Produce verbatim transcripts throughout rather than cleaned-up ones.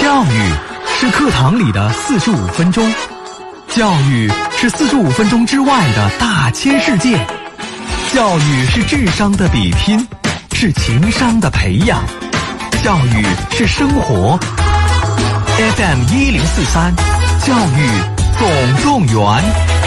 教育是课堂里的四十五分钟，教育是四十五分钟之外的大千世界，教育是智商的比拼，是情商的培养，教育是生活。F M 一零四三，教育总动员。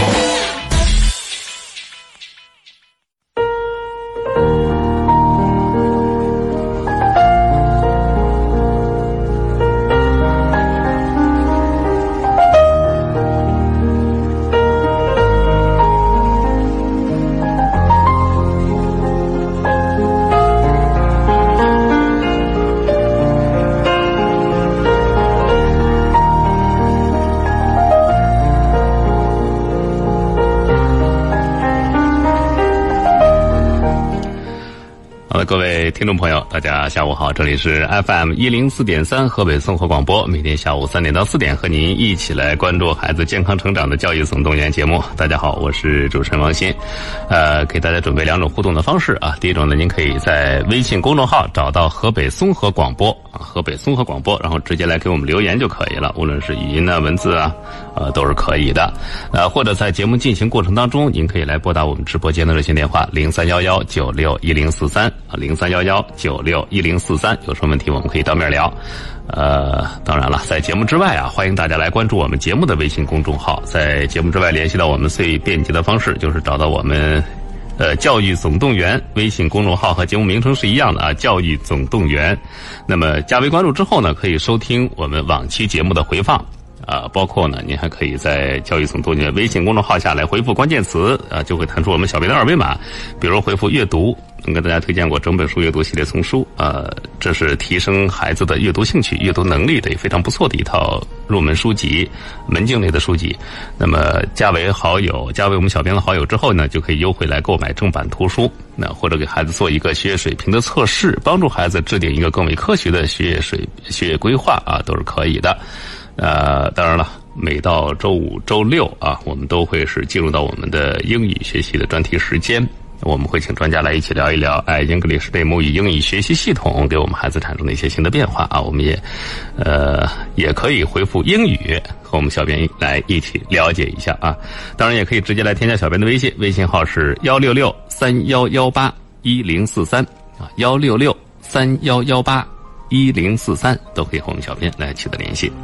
各位听众朋友，大家下午好，这里是 F M 一零四点三河北综合广播，每天下午三点到四点和您一起来关注孩子健康成长的教育总动员节目。大家好，我是主持人王鑫，呃，给大家准备两种互动的方式啊。第一种呢，您可以在微信公众号找到河北综合广播啊，河北综合广播，然后直接来给我们留言就可以了，无论是语音啊、文字啊，呃，都是可以的。呃，或者在节目进行过程当中，您可以来拨打我们直播间的热线电话零三幺幺九六一零四三啊。零三幺幺九六一零四三，有什么问题我们可以当面聊。呃，当然了，在节目之外啊，欢迎大家来关注我们节目的微信公众号。在节目之外联系到我们最便捷的方式，就是找到我们呃教育总动员微信公众号，和节目名称是一样的啊，教育总动员。那么加微关注之后呢，可以收听我们往期节目的回放。啊，包括呢，您还可以在教育总动员微信公众号下来回复关键词，啊，就会弹出我们小编的二维码。比如回复阅读，我跟大家推荐过整本书阅读系列丛书，呃，这是提升孩子的阅读兴趣、阅读能力的也非常不错的一套入门书籍，门径类的书籍。那么加为好友，加为我们小编的好友之后呢，就可以优惠来购买正版图书，那或者给孩子做一个学业水平的测试，帮助孩子制定一个更为科学的学业水学业规划啊，都是可以的。呃，当然了，每到周五、周六啊，我们都会是进入到我们的英语学习的专题时间。我们会请专家来一起聊一聊，哎 ，English 类母语英语学习系统给我们孩子产生的一些新的变化啊。我们也，呃，也可以回复英语和我们小编来一起了解一下啊。当然，也可以直接来添加小编的微信，微信号是幺六六三幺幺八一零四三啊，幺六六三幺幺八。一零四三都可以和我们小编来取得联系。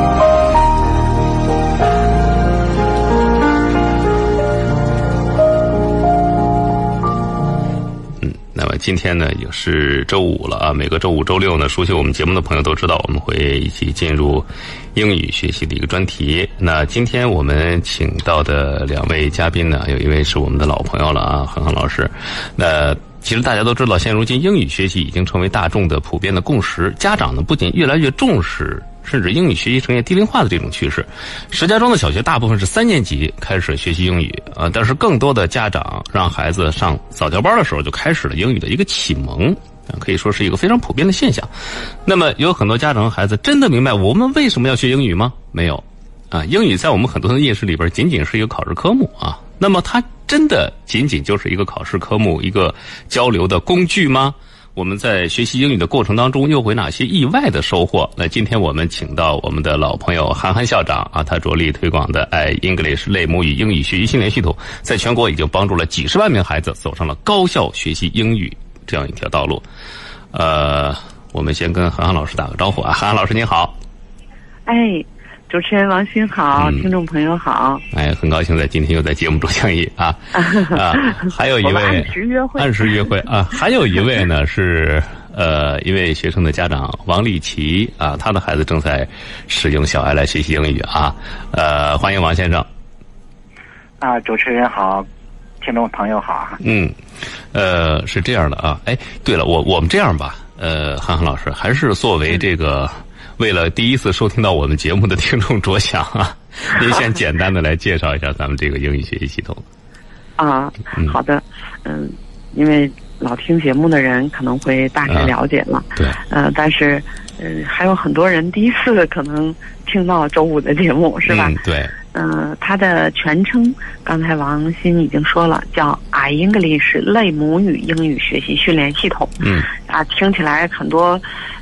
嗯，那么今天呢也是周五了啊，每个周五、周六呢，熟悉我们节目的朋友都知道，我们会一起进入英语学习的一个专题。那今天我们请到的两位嘉宾呢，有一位是我们的老朋友了啊，恒恒老师。那其实大家都知道，现如今英语学习已经成为大众的普遍的共识，家长呢不仅越来越重视，甚至英语学习呈现低龄化的这种趋势。石家庄的小学大部分是三年级开始学习英语啊，但是更多的家长让孩子上早教班的时候就开始了英语的一个启蒙，可以说是一个非常普遍的现象。那么有很多家长和孩子真的明白我们为什么要学英语吗？没有啊，英语在我们很多的认识里边仅仅是一个考试科目啊。那么它真的仅仅就是一个考试科目，一个交流的工具吗？我们在学习英语的过程当中又会哪些意外的收获？那今天我们请到我们的老朋友韩寒校长啊，他着力推广的爱 English 类母语英语学习训练系统，在全国已经帮助了几十万名孩子走上了高效学习英语这样一条道路。呃，我们先跟韩寒老师打个招呼啊，韩寒老师您好。 哎。主持人王鑫好、嗯，听众朋友好。 哎，很高兴在今天又在节目中相遇啊啊！还有一位按时约会， 按时约会啊！还有一位呢是呃一位学生的家长王丽琪啊，他的孩子正在使用小爱来学习英语啊。呃，欢迎王先生。 啊，主持人好，听众朋友好。 嗯，呃，是这样的啊。哎，对了，我我们这样吧，呃，韩寒老师还是作为这个。嗯为了第一次收听到我们节目的听众着想啊，您先简单的来介绍一下咱们这个英语学习系统。 啊，好的，嗯，因为老听节目的人可能会大致了解了， 啊、对， 呃，但是，嗯、呃，还有很多人第一次可能听到周五的节目，是吧？ 嗯、对。 呃，它的全称刚才王鑫已经说了，叫 iEnglish 类母语英语学习训练系统。 嗯， 啊，听起来很多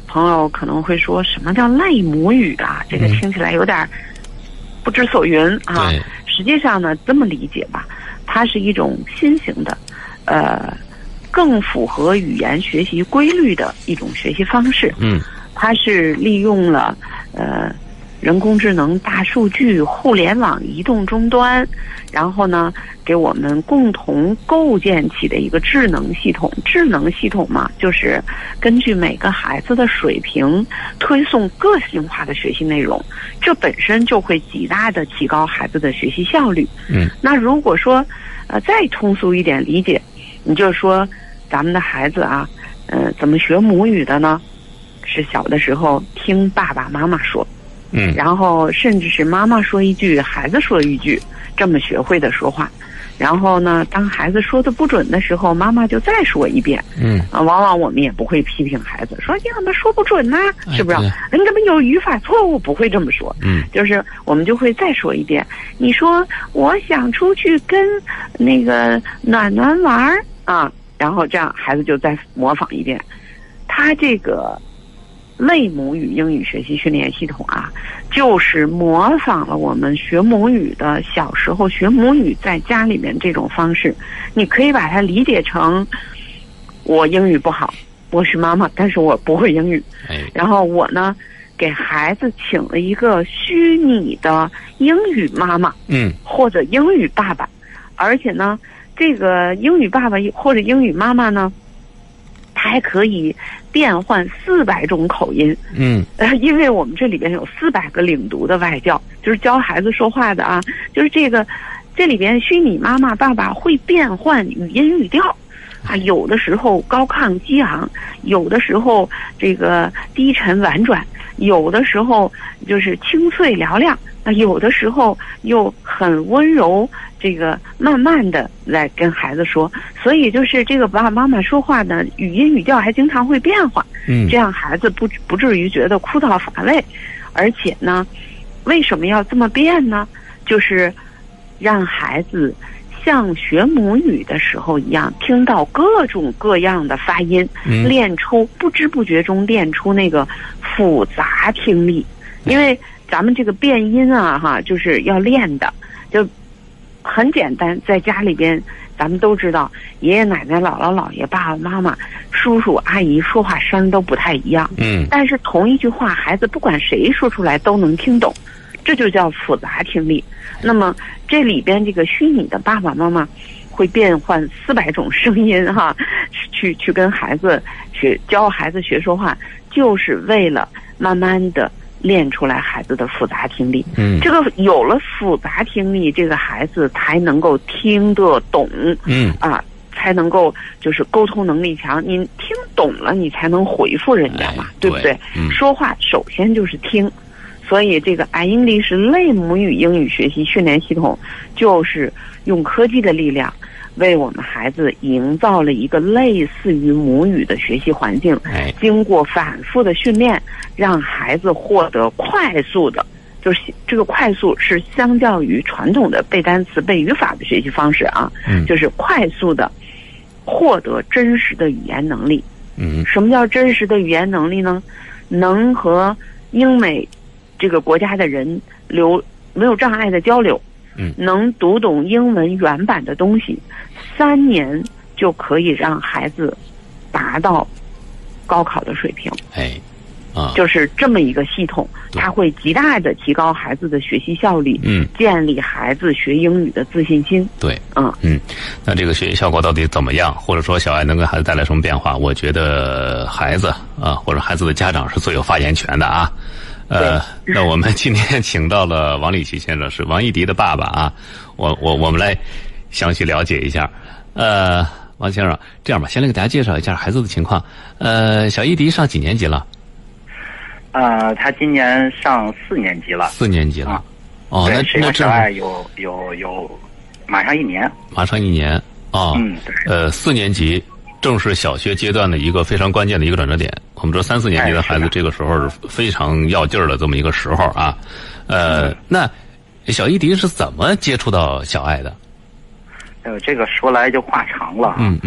朋友可能会说，什么叫类母语啊？这个听起来有点不知所云啊。 对， 实际上呢，这么理解吧，它是一种新型的，呃，更符合语言学习规律的一种学习方式。 嗯， 它是利用了呃人工智能、大数据、互联网、移动终端，然后呢，给我们共同构建起的一个智能系统。智能系统嘛，就是根据每个孩子的水平推送个性化的学习内容，这本身就会极大的提高孩子的学习效率。 嗯， 那如果说呃再通俗一点理解，你就说咱们的孩子啊，呃，怎么学母语的呢？是小的时候听爸爸妈妈说。 嗯， 然后甚至是妈妈说一句，孩子说一句，这么学会的说话。然后呢，当孩子说的不准的时候，妈妈就再说一遍。 嗯， 啊，往往我们也不会批评孩子，说你怎么说不准呢？是不是？ 哎、 你怎么有语法错误？不会这么说。 嗯， 就是我们就会再说一遍。你说我想出去跟那个暖暖玩啊，然后这样孩子就再模仿一遍。他这个类母语英语学习训练系统啊，就是模仿了我们学母语的小时候学母语在家里面这种方式。你可以把它理解成，我英语不好，我是妈妈，但是我不会英语。然后我呢，给孩子请了一个虚拟的英语妈妈， 嗯， 或者英语爸爸，而且呢，这个英语爸爸或者英语妈妈呢，他还可以变换四百种口音。 嗯， 呃，因为我们这里边有四百个领读的外教，就是教孩子说话的啊。就是这个，这里边虚拟妈妈、爸爸会变换语音语调，啊，有的时候高亢激昂，有的时候这个低沉婉转，有的时候就是清脆嘹亮，啊，有的时候又很温柔。这个慢慢的来跟孩子说，所以就是这个爸爸妈妈说话呢，语音语调还经常会变化， 嗯， 这样孩子不不至于觉得枯燥乏味，而且呢，为什么要这么变呢？就是让孩子像学母语的时候一样，听到各种各样的发音， 嗯， 练出不知不觉中练出那个复杂听力，因为咱们这个变音啊，哈，就是要练的，就。很简单，在家里边，咱们都知道，爷爷奶奶、姥姥姥爷、爸爸妈妈、叔叔阿姨说话声都不太一样。 嗯， 但是同一句话，孩子不管谁说出来都能听懂，这就叫复杂听力。那么这里边这个虚拟的爸爸妈妈会变换四百种声音哈，去去跟孩子学教孩子学说话，就是为了慢慢的。练出来孩子的复杂听力， 嗯， 这个有了复杂听力，这个孩子才能够听得懂， 嗯啊，才能够就是沟通能力强。你听懂了，你才能回复人家嘛， 哎、 对不对？ 嗯、 说话首先就是听，所以这个 iEnglish 类母语英语学习训练系统，就是用科技的力量。为我们孩子营造了一个类似于母语的学习环境， 哎， 经过反复的训练，让孩子获得快速的，就是这个快速是相较于传统的背单词、背语法的学习方式啊， 嗯， 就是快速的获得真实的语言能力。 嗯， 什么叫真实的语言能力呢？能和英美这个国家的人流没有障碍的交流。 嗯， 能读懂英文原版的东西，三年就可以让孩子达到高考的水平。 哎，啊， 就是这么一个系统，它会极大的提高孩子的学习效率， 嗯， 建立孩子学英语的自信心。 对， 嗯嗯，那这个学习效果到底怎么样？或者说小爱能给孩子带来什么变化？我觉得孩子啊，或者孩子的家长是最有发言权的啊。呃，那我们今天请到了王立奇先生，是王一迪的爸爸啊。我我我们来详细了解一下。呃，王先生，这样吧，先来给大家介绍一下孩子的情况。呃，小一迪上几年级了？ 呃，他今年上四年级了。 四年级了。啊、哦，那那这样有有有马上一年。 马上一年哦。 嗯，对。 呃，四年级正是小学阶段的一个非常关键的一个转折点。我们说三四年级的孩子，这个时候是非常要劲儿的这么一个时候啊。呃，那小一迪是怎么接触到小爱的？ 呃，这个说来就话长了啊。 嗯嗯。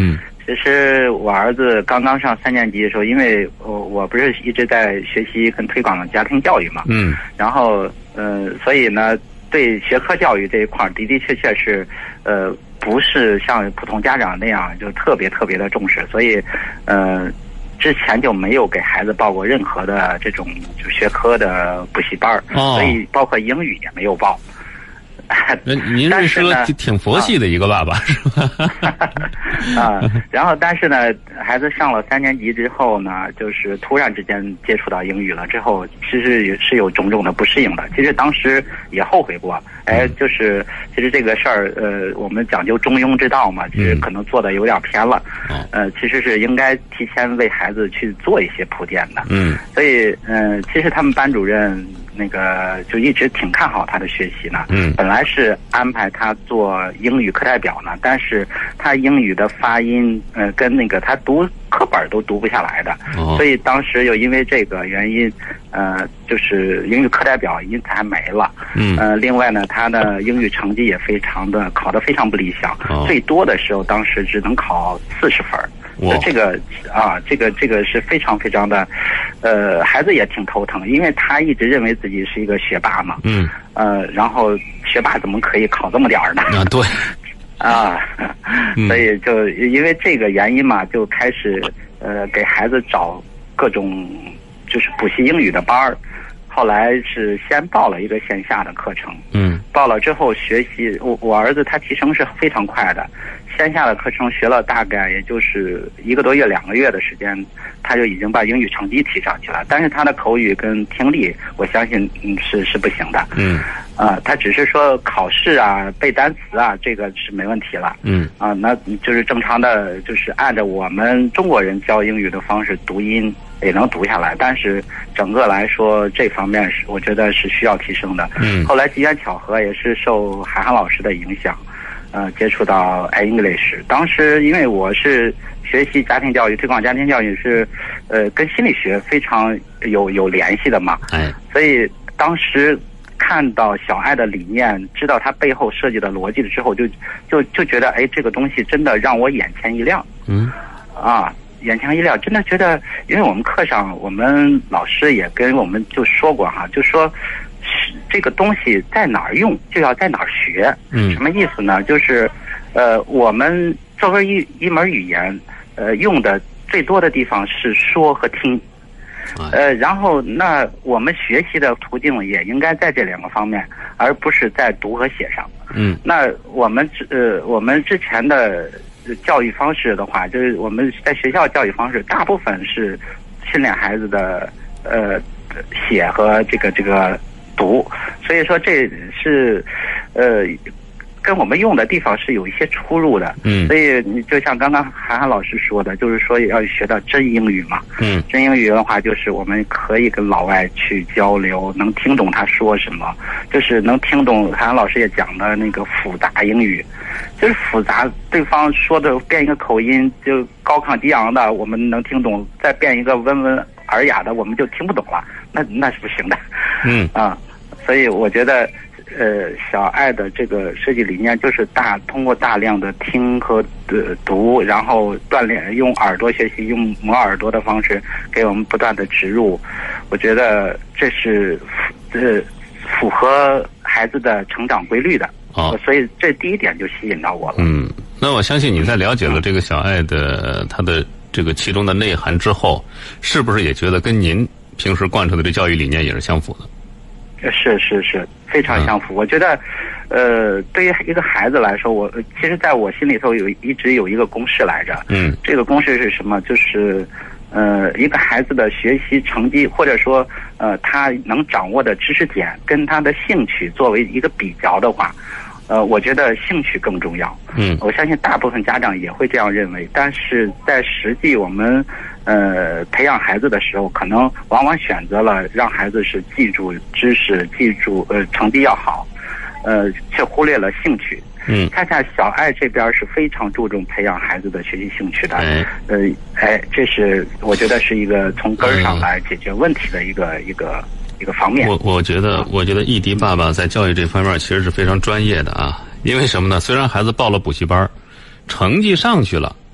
其实我儿子刚刚上三年级的时候，因为我我不是一直在学习跟推广家庭教育嘛， 嗯， 然后呃，所以呢，对学科教育这一块的的确确是，呃，不是像普通家长那样就特别特别的重视，所以呃，之前就没有给孩子报过任何的这种就学科的补习班， 哦， 所以包括英语也没有报。 那您是说挺佛系的一个爸爸、啊、是吧？ 啊，然后但是呢，孩子上了三年级之后呢，就是突然之间接触到英语了之后，其实也是有种种的不适应的。其实当时也后悔过，哎，就是其实这个事儿，呃，我们讲究中庸之道嘛，其实可能做的有点偏了，嗯、呃，其实是应该提前为孩子去做一些铺垫的。嗯，所以，嗯、呃，其实他们班主任。那个就一直挺看好他的学习呢，嗯，本来是安排他做英语课代表呢，但是他英语的发音，呃，跟那个他读课本都读不下来的，哦，所以当时又因为这个原因，呃，就是英语课代表因此还没了，嗯，呃，另外呢，他的英语成绩也非常的考得非常不理想，哦，最多的时候当时只能考四十分。这个啊，这个这个是非常非常的，呃，孩子也挺头疼，因为他一直认为自己是一个学霸嘛，嗯，呃，然后学霸怎么可以考这么点儿呢？啊，对，啊，所以就因为这个原因嘛，就开始呃给孩子找各种就是补习英语的班儿。后来是先报了一个线下的课程，嗯，报了之后学习，我我儿子他提升是非常快的，线下的课程学了大概也就是一个多月两个月的时间，他就已经把英语成绩提上去了，但是他的口语跟听力，我相信嗯是是不行的，嗯，啊、呃，他只是说考试啊背单词啊这个是没问题了，嗯，啊、呃，那就是正常的，就是按照我们中国人教英语的方式读音。也能读下来，但是整个来说这方面是我觉得是需要提升的。嗯，后来机缘巧合也是受韩寒老师的影响，呃，接触到 iEnglish。当时因为我是学习家庭教育、推广家庭教育是，呃，跟心理学非常有有联系的嘛。哎，所以当时看到小爱的理念，知道它背后设计的逻辑之后，就就就觉得，哎，这个东西真的让我眼前一亮。嗯，啊。眼前一亮，真的觉得，因为我们课上，我们老师也跟我们就说过哈，就说这个东西在哪儿用，就要在哪儿学。嗯，什么意思呢？就是，呃，我们作为一一门语言，呃，用的最多的地方是说和听。呃，然后那我们学习的途径也应该在这两个方面，而不是在读和写上。嗯，那我们呃，我们之前的。教育方式的话，就是我们在学校教育方式，大部分是训练孩子的呃写和这个这个读，所以说这是呃跟我们用的地方是有一些出入的。嗯，所以你就像刚刚韩寒老师说的，就是说要学到真英语嘛。嗯，真英语的话，就是我们可以跟老外去交流，能听懂他说什么，就是能听懂韩寒老师也讲的那个复杂英语。就是复杂，对方说的变一个口音就高亢激昂的，我们能听懂；再变一个温文尔雅的，我们就听不懂了。那那是不行的。嗯啊，所以我觉得，呃，小爱的这个设计理念就是大通过大量的听和呃读，然后锻炼用耳朵学习，用磨耳朵的方式给我们不断的植入。我觉得这是呃符合孩子的成长规律的。哦，所以这第一点就吸引到我了。嗯， 那我相信你在了解了这个小爱的他的这个其中的内涵之后，是不是也觉得跟您平时贯彻的这教育理念也是相符的？ 是是是，非常相符。嗯、我觉得，呃，对于一个孩子来说，我其实在我心里头有一直有一个公式来着。嗯，这个公式是什么？就是呃，一个孩子的学习成绩，或者说呃，他能掌握的知识点跟他的兴趣作为一个比较的话。呃，我觉得兴趣更重要。嗯，我相信大部分家长也会这样认为，但是在实际我们呃培养孩子的时候，可能往往选择了让孩子是记住知识、记住呃成绩要好，呃，却忽略了兴趣。嗯，恰恰小爱这边是非常注重培养孩子的学习兴趣的。哎，呃，哎，这是我觉得是一个从根儿上来解决问题的一个、嗯、一个。一个方面， 我我觉得，我觉得易迪爸爸在教育这方面其实是非常专业的啊。因为什么呢？虽然孩子报了补习班，成绩上去了，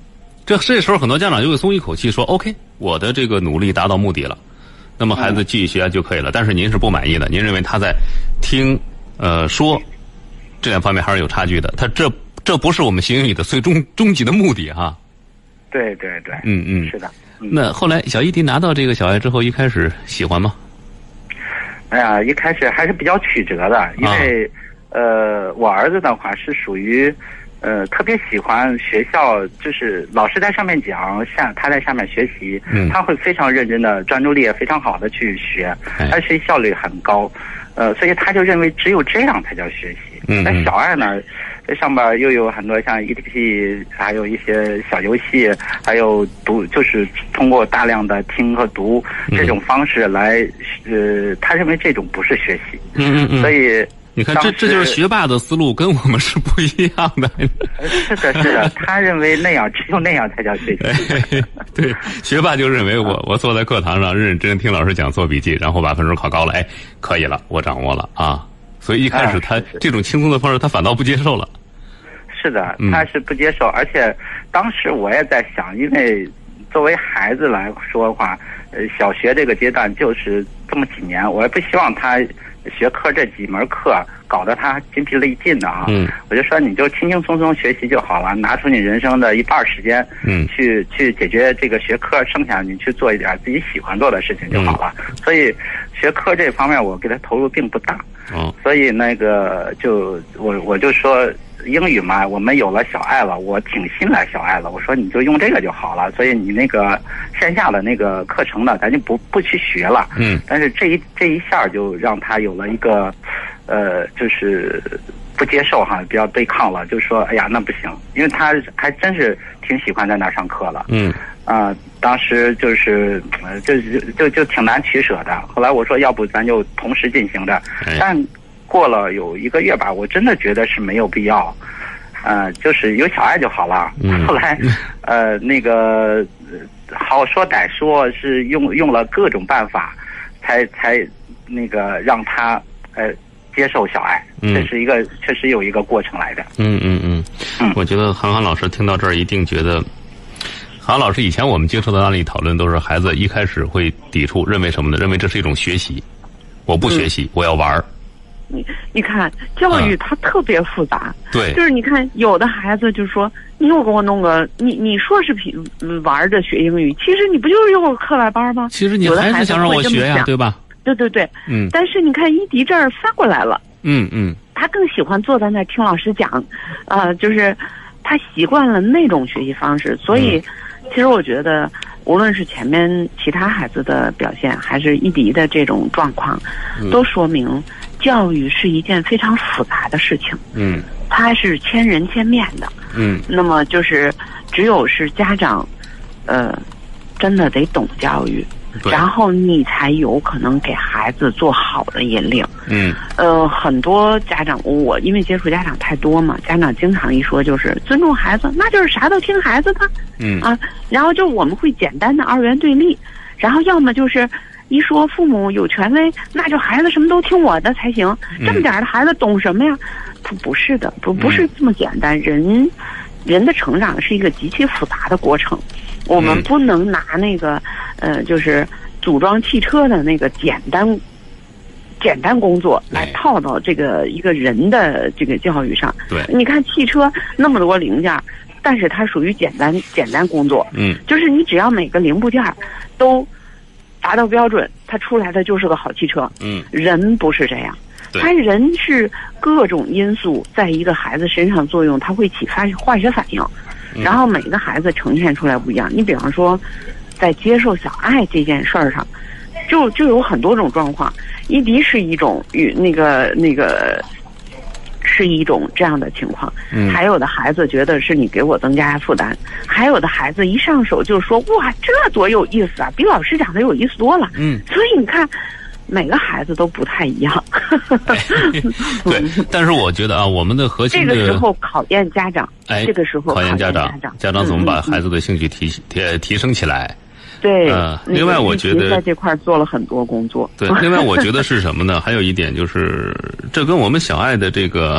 这这时候很多家长就会松一口气，说 OK， 我的这个努力达到目的了，那么孩子继续学就可以了。但是您是不满意的，您认为他在听呃说这两方面还是有差距的，他这这不是我们学英语的最终终极的目的哈。 对对对， 嗯嗯， 是的。嗯、 那后来小伊迪拿到这个小爱之后，一开始喜欢吗？ 哎呀，一开始还是比较曲折的，因为、啊、呃，我儿子的话是属于。呃，特别喜欢学校，就是老师在上面讲，下他在下面学习，嗯，他会非常认真的，专注力也非常好的去学，他学习效率很高，呃，所以他就认为只有这样才叫学习。嗯，但小爱呢，这上边又有很多像 E T P， 还有一些小游戏，还有读，就是通过大量的听和读这种方式来，呃，他认为这种不是学习。嗯嗯嗯，所以。 你看，这这就是学霸的思路，跟我们是不一样的。 是的，是的，他认为那样，只有那样才叫学习。 对，学霸就认为我我坐在课堂上认认真真听老师讲，做笔记，然后把分数考高了，哎，可以了，我掌握了啊。所以一开始他、啊、这种轻松的方式，他反倒不接受了。 是的，他是不接受，嗯、而且当时我也在想，因为作为孩子来说的话，呃，小学这个阶段就是这么几年，我也不希望他。学科这几门课搞得他筋疲力尽的啊！嗯，我就说你就轻轻松松学习就好了，拿出你人生的一半时间，嗯，去去解决这个学科，剩下你去做一点自己喜欢做的事情就好了。嗯、所以学科这方面我给他投入并不大。哦，所以那个就我我就说英语嘛，我们有了小爱了，我挺信赖小爱了。我说你就用这个就好了，所以你那个线下的那个课程呢，咱就不不去学了。嗯，但是这一这一下就让他有了一个，呃，就是不接受哈，比较对抗了，就说哎呀那不行，因为他还真是挺喜欢在那上课了。嗯，啊、呃，当时就是呃就就就挺难取舍的。后来我说要不咱就同时进行着，但。过了有一个月吧，我真的觉得是没有必要，呃，就是有小爱就好了。嗯、后来，呃，那个好说歹说，是用用了各种办法，才才那个让他呃接受小爱。嗯、这是一个确实有一个过程来的。 嗯嗯嗯，嗯我觉得韩寒老师听到这儿一定觉得，韩寒老师以前我们接触的案例讨论都是孩子一开始会抵触，认为什么呢？认为这是一种学习，我不学习，嗯、我要玩儿。 你你看，教育它特别复杂， 啊、对， 就是你看有的孩子就说，你又给我弄个，你你说是品玩着学英语，其实你不就是有个课外班吗？ 其实你还是想让我学呀，对吧？ 对对对，嗯。但是你看伊迪这儿翻过来了， 嗯嗯， 他更喜欢坐在那儿听老师讲，啊、呃，就是他习惯了那种学习方式，所以、嗯、其实我觉得。无论是前面其他孩子的表现，还是伊迪的这种状况，嗯、都说明教育是一件非常复杂的事情。嗯，它是千人千面的。嗯，那么就是只有是家长，呃，真的得懂教育，然后你才有可能给孩子做好的引领。嗯，呃，很多家长，我因为接触家长太多嘛，家长经常一说就是尊重孩子，那就是啥都听孩子的。嗯啊，然后就我们会简单的二元对立，然后要么就是一说父母有权威，那就孩子什么都听我的才行。这么点的孩子懂什么呀？他不是的，不不是这么简单。人人的成长是一个极其复杂的过程，我们不能拿那个呃，就是组装汽车的那个简单简单工作来套到这个一个人的这个教育上。对，你看汽车那么多零件。但是它属于简单简单工作，嗯，就是你只要每个零部件都达到标准，它出来的就是个好汽车。嗯，人不是这样，他人是各种因素在一个孩子身上作用，他会起发化学反应，然后每个孩子呈现出来不一样。你比方说，在接受小爱这件事儿上，就就有很多种状况。伊迪是一种与那个那个。是一种这样的情况，嗯，还有的孩子觉得是你给我增加负担，还有的孩子一上手就说哇，这多有意思啊，比老师讲的有意思多了，嗯，所以你看，每个孩子都不太一样。 对，但是我觉得啊，我们的核心的这个时候考验家长，哎，这个时候考验家长，家长怎么把孩子的兴趣提提提升起来？对，呃，另外我觉得在这块做了很多工作。 对，另外我觉得是什么呢？还有一点就是，这跟我们小爱的这个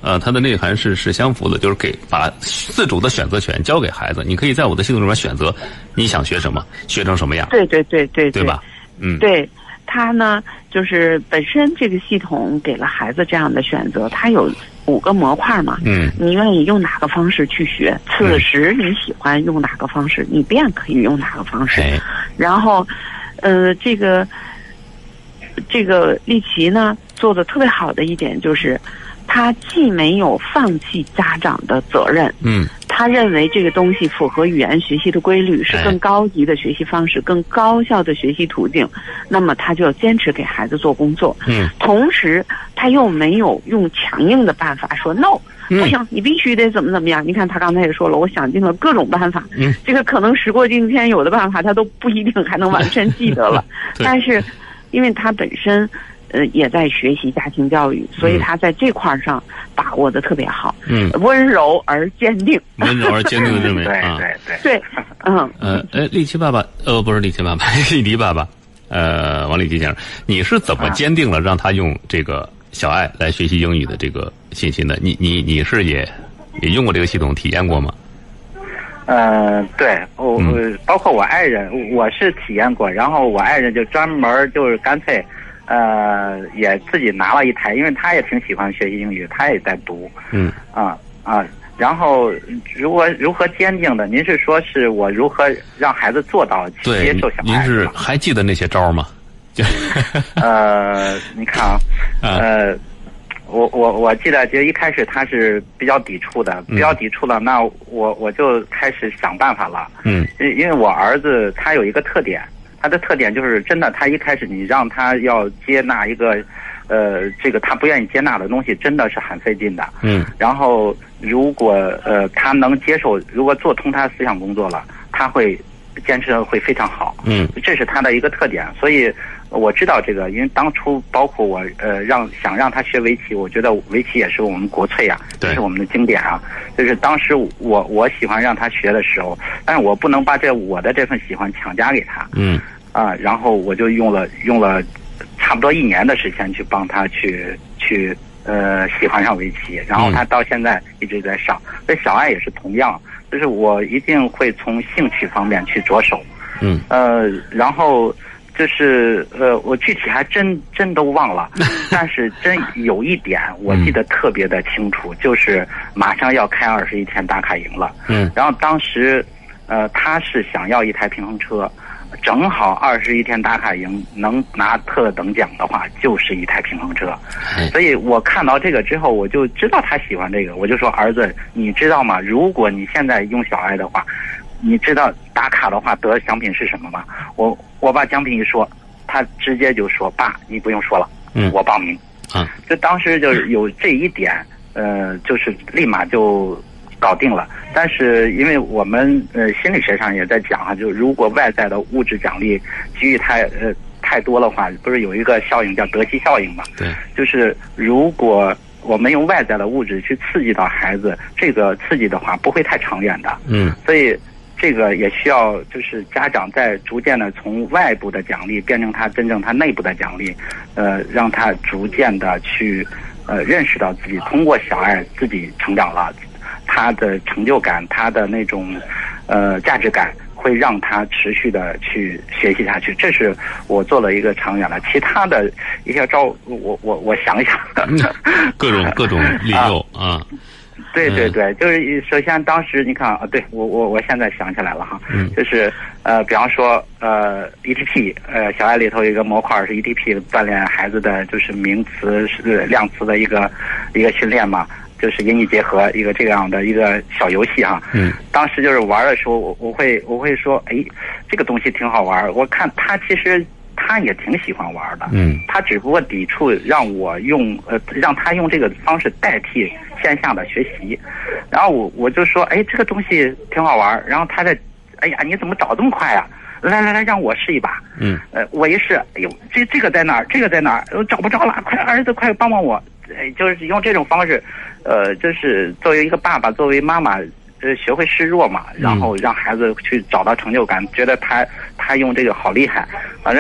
呃，它的内涵是是相符的，就是给把自主的选择权交给孩子，你可以在我的系统里面选择你想学什么，学成什么样。 对对对对对吧？嗯， 对。它呢，就是本身这个系统给了孩子这样的选择，它有五个模块嘛。 嗯， 你愿意用哪个方式去学？此时你喜欢用哪个方式，你便可以用哪个方式。 哎、 然后，呃，这个这个丽琪呢做的特别好的一点就是，他既没有放弃家长的责任。 嗯。 他认为这个东西符合语言学习的规律，是更高级的学习方式，更高效的学习途径，那么他就要坚持给孩子做工作。 嗯， 同时他又没有用强硬的办法说 no，不行，你必须得怎么怎么样。你看他刚才也说了，我想尽了各种办法。 嗯， 这个可能时过境迁，有的办法他都不一定还能完全记得了。但是，因为他本身呃也在学习家庭教育，所以他在这块上把握的特别好。 嗯， 温柔而坚定。 温柔而坚定的认为对啊， 对对对，嗯。 呃，哎，丽琪爸爸，呃，不是丽琪爸爸，丽迪爸爸，呃，王丽迪先生，你是怎么坚定了让他用这个小爱来学习英语的这个信心的？你你你是也也用过这个系统，体验过吗？ 呃，对，我、 嗯、 包括我爱人，我是体验过，然后我爱人就专门就是干脆，呃，也自己拿了一台，因为他也挺喜欢学习英语，他也在读， 嗯， 啊啊，然后如何如何坚定的？您是说是我如何让孩子做到去接受小爱？ 您是还记得那些招吗？ 呃，你看啊，呃。我我我记得，就一开始他是比较抵触的，比较抵触了，那我我就开始想办法了。 嗯， 因因为我儿子他有一个特点，他的特点就是真的，他一开始你让他要接纳一个，呃，这个他不愿意接纳的东西，真的是很费劲的。 嗯， 然后如果呃他能接受，如果做通他思想工作了，他会坚持会非常好。 嗯，这是他的一个特点，所以。我知道这个，因为当初包括我呃让想让他学围棋，我觉得围棋也是我们国粹啊，这是我们的经典啊。就是当时我我喜欢让他学的时候，但是我不能把这我的这份喜欢强加给他。 嗯啊，然后我就用了用了差不多一年的时间去帮他去去呃喜欢上围棋，然后他到现在一直在上。这小爱也是同样，就是我一定会从兴趣方面去着手。 嗯呃，然后。就是呃，我具体还真真都忘了，但是真有一点我记得特别的清楚，嗯、就是马上要开二十一天打卡营了。 嗯， 然后当时，呃，他是想要一台平衡车，正好二十一天打卡营能拿特等奖的话，就是一台平衡车。 嗯、 所以我看到这个之后，我就知道他喜欢这个，我就说儿子，你知道吗？如果你现在用小爱的话。你知道打卡的话得奖品是什么吗？我我把奖品一说，他直接就说：“爸，你不用说了， 嗯， 我报名。” 啊， 就当时就是有这一点，呃，就是立马就搞定了。但是因为我们呃心理学上也在讲啊，就如果外在的物质奖励给予太呃太多的话，不是有一个效应叫德西效应嘛？ 对， 就是如果。我们用外在的物质去刺激到孩子，这个刺激的话不会太长远的。 嗯， 所以这个也需要就是家长在逐渐的从外部的奖励变成他真正他内部的奖励，呃，让他逐渐的去呃认识到自己通过小爱自己成长了，他的成就感，他的那种呃价值感。会让他持续的去学习下去，这是我做了一个长远的。其他的一些招，我我我想想， 各种各种利诱啊。 对对对，就是首先当时你看啊，对我我我现在想起来了哈， 嗯， 就是呃，比方说呃 E T P， 呃，小爱里头有一个模块是 E T P 锻炼孩子的就是名词是量词的一个一个训练嘛。就是音译结合一个这样的一个小游戏哈， 嗯， 当时就是玩的时候，我我会我会说，哎，这个东西挺好玩。我看他其实他也挺喜欢玩的， 嗯， 他只不过抵触让我用呃让他用这个方式代替线下的学习，然后我我就说，哎，这个东西挺好玩。然后他在，哎呀，你怎么找这么快啊？来来来，让我试一把。 嗯， 呃，我一试，哎呦，这这个在哪儿？这个在哪儿？我找不着了，快儿子，快帮帮我！哎，就是用这种方式，呃，就是作为一个爸爸，作为妈妈，呃，学会示弱嘛，然后让孩子去找到成就感，觉得他他用这个好厉害。反正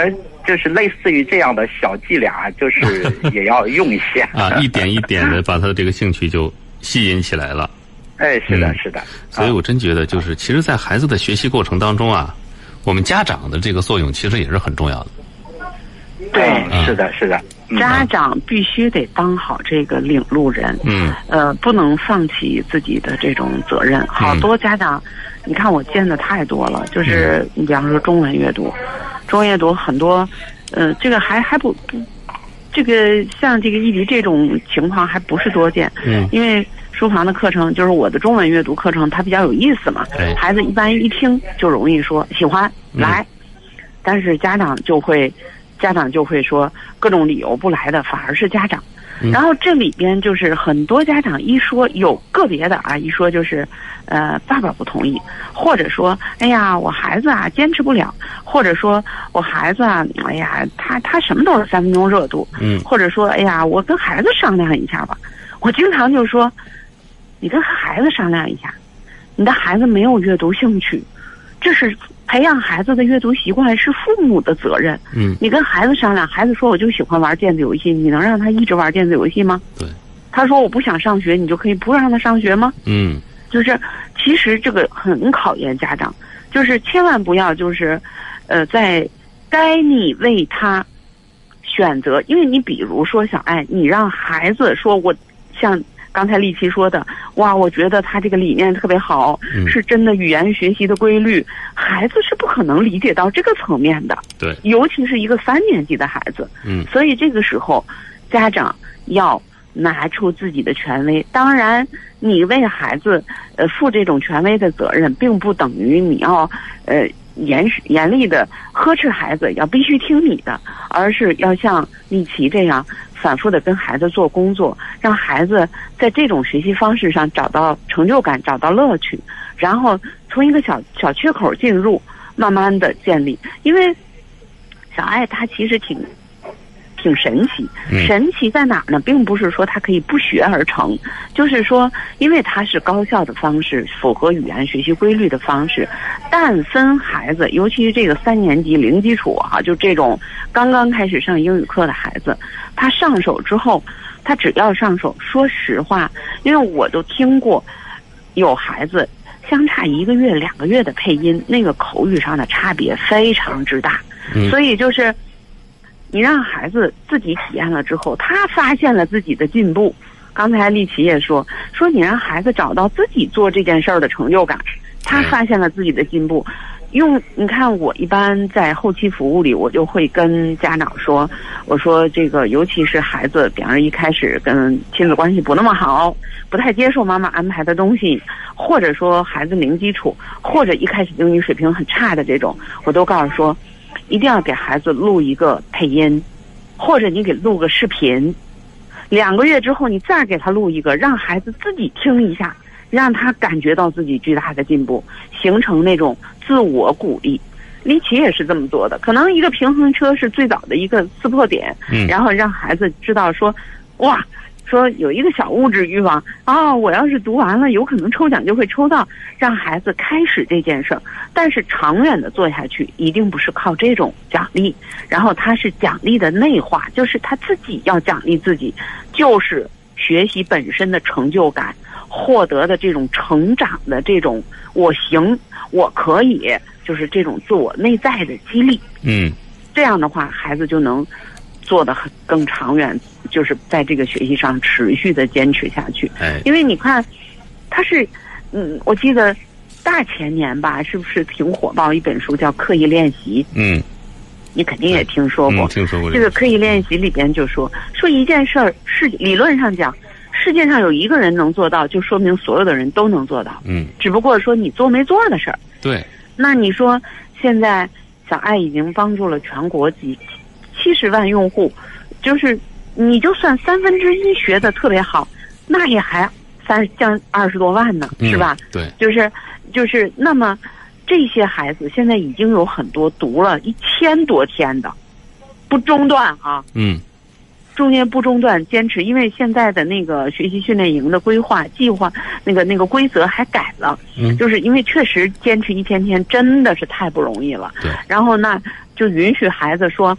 就是类似于这样的小伎俩，就是也要用一些啊，一点一点的把他的这个兴趣就吸引起来了。 哎，是的，是的。 所以我真觉得，就是其实，在孩子的学习过程当中啊，我们家长的这个作用其实也是很重要的。 对， 是的，是的。 家长必须得当好这个领路人， 嗯， 呃，不能放弃自己的这种责任。好多家长，你看我见的太多了，就是你比方说中文阅读，中文阅读很多，呃，这个还还不不，这个像这个艺迪这种情况还不是多见， 嗯， 因为书房的课程就是我的中文阅读课程，它比较有意思嘛， 哎， 孩子一般一听就容易说喜欢来，嗯，但是家长就会。家长就会说各种理由不来的，反而是家长。然后这里边就是很多家长一说有个别的啊，一说就是呃爸爸不同意，或者说哎呀我孩子啊坚持不了，或者说我孩子啊哎呀他他什么都是三分钟热度， 嗯， 或者说哎呀我跟孩子商量一下吧。我经常就说你跟孩子商量一下，你的孩子没有阅读兴趣，这是培养孩子的阅读习惯是父母的责任。 嗯， 你跟孩子商量，孩子说我就喜欢玩电子游戏，你能让他一直玩电子游戏吗？ 对。 他说我不想上学，你就可以不让他上学吗？ 嗯， 就是其实这个很考验家长，就是千万不要就是，呃，在该你为他选择，因为你比如说小爱，你让孩子说我像。刚才丽琪说的，哇，我觉得他这个理念特别好， 嗯， 是真的语言学习的规律，孩子是不可能理解到这个层面的。 对， 尤其是一个三年级的孩子。 嗯， 所以这个时候，家长要拿出自己的权威。当然，你为孩子呃负这种权威的责任，并不等于你要呃严严厉的呵斥孩子，要必须听你的，而是要像丽琪这样。反复的跟孩子做工作，让孩子在这种学习方式上找到成就感，找到乐趣，然后从一个小小缺口进入，慢慢的建立。因为小爱她其实挺挺神奇，神奇在哪儿呢？并不是说她可以不学而成，就是说，因为它是高效的方式，符合语言学习规律的方式。但分孩子，尤其是这个三年级零基础啊，就这种刚刚开始上英语课的孩子，他上手之后，他只要上手，说实话，因为我都听过，有孩子相差一个月、两个月的配音，那个口语上的差别非常之大。嗯，所以就是你让孩子自己体验了之后，他发现了自己的进步。刚才丽琪也说，说你让孩子找到自己做这件事儿的成就感。他发现了自己的进步，用你看，我一般在后期服务里，我就会跟家长说，我说这个，尤其是孩子，比方说一开始跟亲子关系不那么好，不太接受妈妈安排的东西，或者说孩子零基础，或者一开始英语水平很差的这种，我都告诉说，一定要给孩子录一个配音，或者你给录个视频，两个月之后你再给他录一个，让孩子自己听一下。让他感觉到自己巨大的进步，形成那种自我鼓励。李琦也是这么做的，可能一个平衡车是最早的一个撕破点，嗯，然后让孩子知道说，哇，说有一个小物质欲望啊、哦，我要是读完了，有可能抽奖就会抽到，让孩子开始这件事儿。但是长远的做下去，一定不是靠这种奖励，然后他是奖励的内化，就是他自己要奖励自己，就是学习本身的成就感。获得的这种成长的这种我行我可以，就是这种自我内在的激励。 嗯， 这样的话，孩子就能做得很更长远，就是在这个学习上持续的坚持下去。 哎， 因为你看，他是，嗯，我记得大前年吧，是不是挺火爆一本书叫《刻意练习》？ 嗯， 你肯定也听说过。 嗯、听说过这个刻意练习里边就说说一件事儿，是理论上讲。世界上有一个人能做到，就说明所有的人都能做到。 嗯， 只不过说你做没做的事儿。 对。 那你说，现在小爱已经帮助了全国几七十万用户，就是你就算三分之一学的特别好，那也还三将二十多万呢，是吧？ 嗯、对。 就是就是那么这些孩子现在已经有很多读了一千多天的，不中断啊。 嗯。 中间不中断坚持，因为现在的那个学习训练营的规划计划，那个那个规则还改了， 嗯， 就是因为确实坚持一天天真的是太不容易了。 对， 然后呢，就允许孩子说，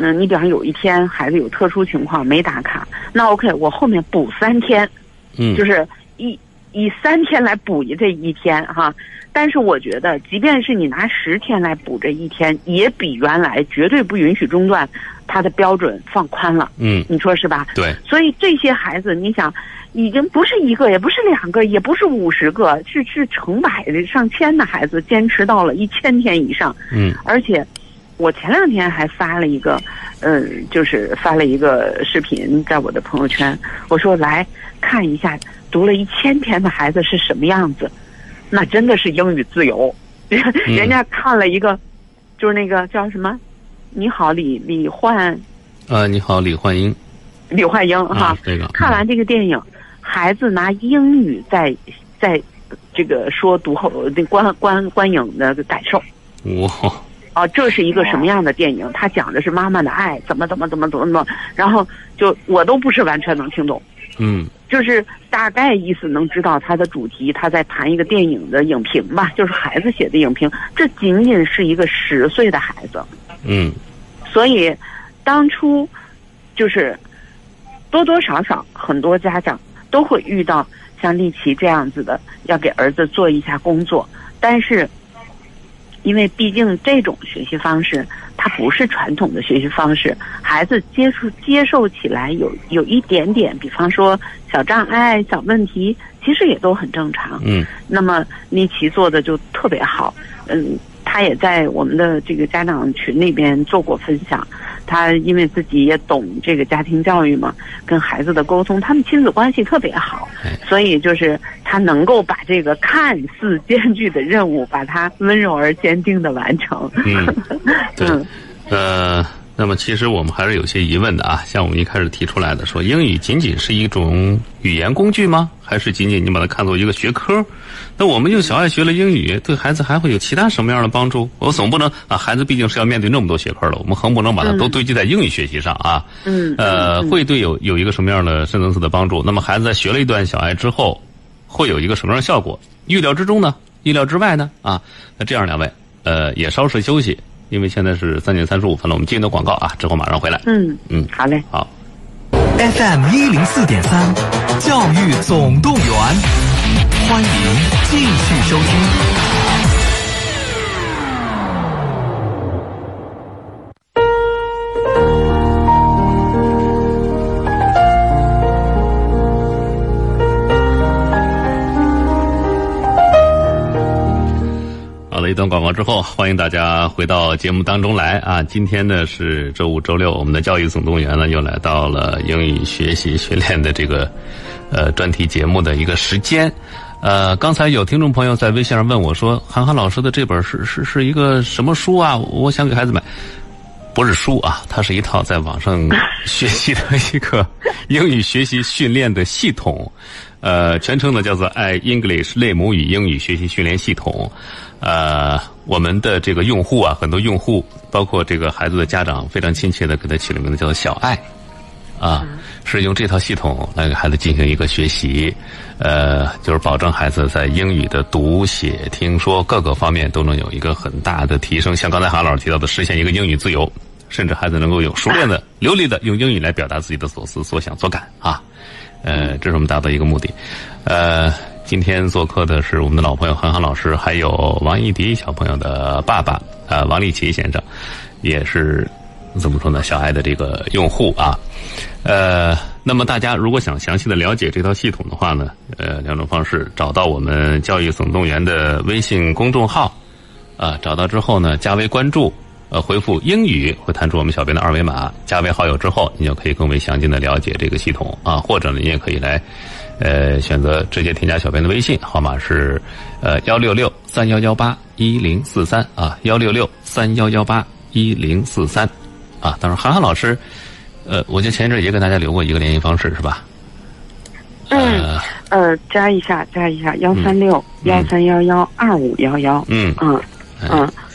嗯，你比方有一天孩子有特殊情况没打卡，那 OK， 我后面补三天， 嗯， 就是以以三天来补这一天哈。但是我觉得，即便是你拿十天来补这一天，也比原来绝对不允许中断，它的标准放宽了。 嗯， 你说是吧？ 对。 所以这些孩子，你想，已经不是一个，也不是两个，也不是五十个，是是成百的、上千的孩子坚持到了一千天以上。 嗯， 而且我前两天还发了一个，嗯，就是发了一个视频在我的朋友圈，我说来看一下读了一千天的孩子是什么样子。那真的是英语自由，人家看了一个，就是那个叫什么，你好李李焕， 呃，你好李焕英， 李焕英哈、 啊，这个看完这个电影，孩子拿英语在在这个说读后那观观观影的感受， 哇， 啊，这是一个什么样的电影？他讲的是妈妈的爱，怎么怎么怎么怎么怎么，然后就我都不是完全能听懂。 嗯， 就是大概意思能知道它的主题，他在谈一个电影的影评吧，就是孩子写的影评。这仅仅是一个十岁的孩子， 嗯， 所以当初就是多多少少很多家长都会遇到像丽琪这样子的，要给儿子做一下工作，但是因为毕竟这种学习方式它不是传统的学习方式，孩子接触接受起来有有一点点，比方说小障碍、小问题，其实也都很正常。 嗯， 那么丽琪做的就特别好，嗯，他也在我们的这个家长群里边做过分享。他因为自己也懂这个家庭教育嘛，跟孩子的沟通，他们亲子关系特别好，所以就是他能够把这个看似艰巨的任务，把它温柔而坚定的完成。 嗯，对，呃，那么其实我们还是有些疑问的啊，像我们一开始提出来的，说英语仅仅是一种语言工具吗？还是仅仅你把它看作一个学科？那我们用小爱学了英语，对孩子还会有其他什么样的帮助？我总不能啊，孩子毕竟是要面对那么多学科了，我们横不能把它都堆积在英语学习上啊。 嗯， 呃，会对有有一个什么样的深层次的帮助？那么孩子在学了一段小爱之后，会有一个什么样的效果？预料之中呢？意料之外呢？啊，那这样两位，呃，也稍事休息，因为现在是三点三十五分了，我们进一段广告啊，之后马上回来。 嗯嗯， 好嘞， 好。 F M 一零四点三，教育总动员，欢迎继续收听。 一段广告之后，欢迎大家回到节目当中来啊！今天呢是周五、周六，我们的教育总动员呢又来到了英语学习训练的这个呃专题节目的一个时间。呃，刚才有听众朋友在微信上问我说，韩寒老师的这本是是是一个什么书啊？我想给孩子买。不是书啊，它是一套在网上学习的一个英语学习训练的系统，呃，全称呢叫做 iEnglish 类母语英语学习训练系统。呃，我们的这个用户啊，很多用户，包括这个孩子的家长，非常亲切的给他起了名字叫做小爱，啊，是用这套系统来给孩子进行一个学习，呃，就是保证孩子在英语的读写听说各个方面都能有一个很大的提升，像刚才韩老师提到的，实现一个英语自由，甚至孩子能够有熟练的、流利的用英语来表达自己的所思、所想、所感啊，呃，这是我们达到一个目的。呃，今天做客的是我们的老朋友韩寒老师，还有王一迪小朋友的爸爸啊，王立奇先生，也是怎么说呢，小爱的这个用户啊。呃，那么大家如果想详细的了解这套系统的话呢，呃，两种方式，找到我们教育总动员的微信公众号，啊，找到之后呢，加微关注，呃，回复英语会弹出我们小编的二维码，加为好友之后，你就可以更为详尽的了解这个系统啊，或者呢，你也可以来，呃，选择直接添加小编的微信，号码是呃幺六六三幺幺八一零四三啊，幺六六三幺幺八一零四三啊。当然，韩寒老师。呃，我记得前一阵也给大家留过一个联系方式，是吧？ 嗯，呃，加一下，加一下，幺三六幺三幺幺二五幺幺。嗯嗯嗯，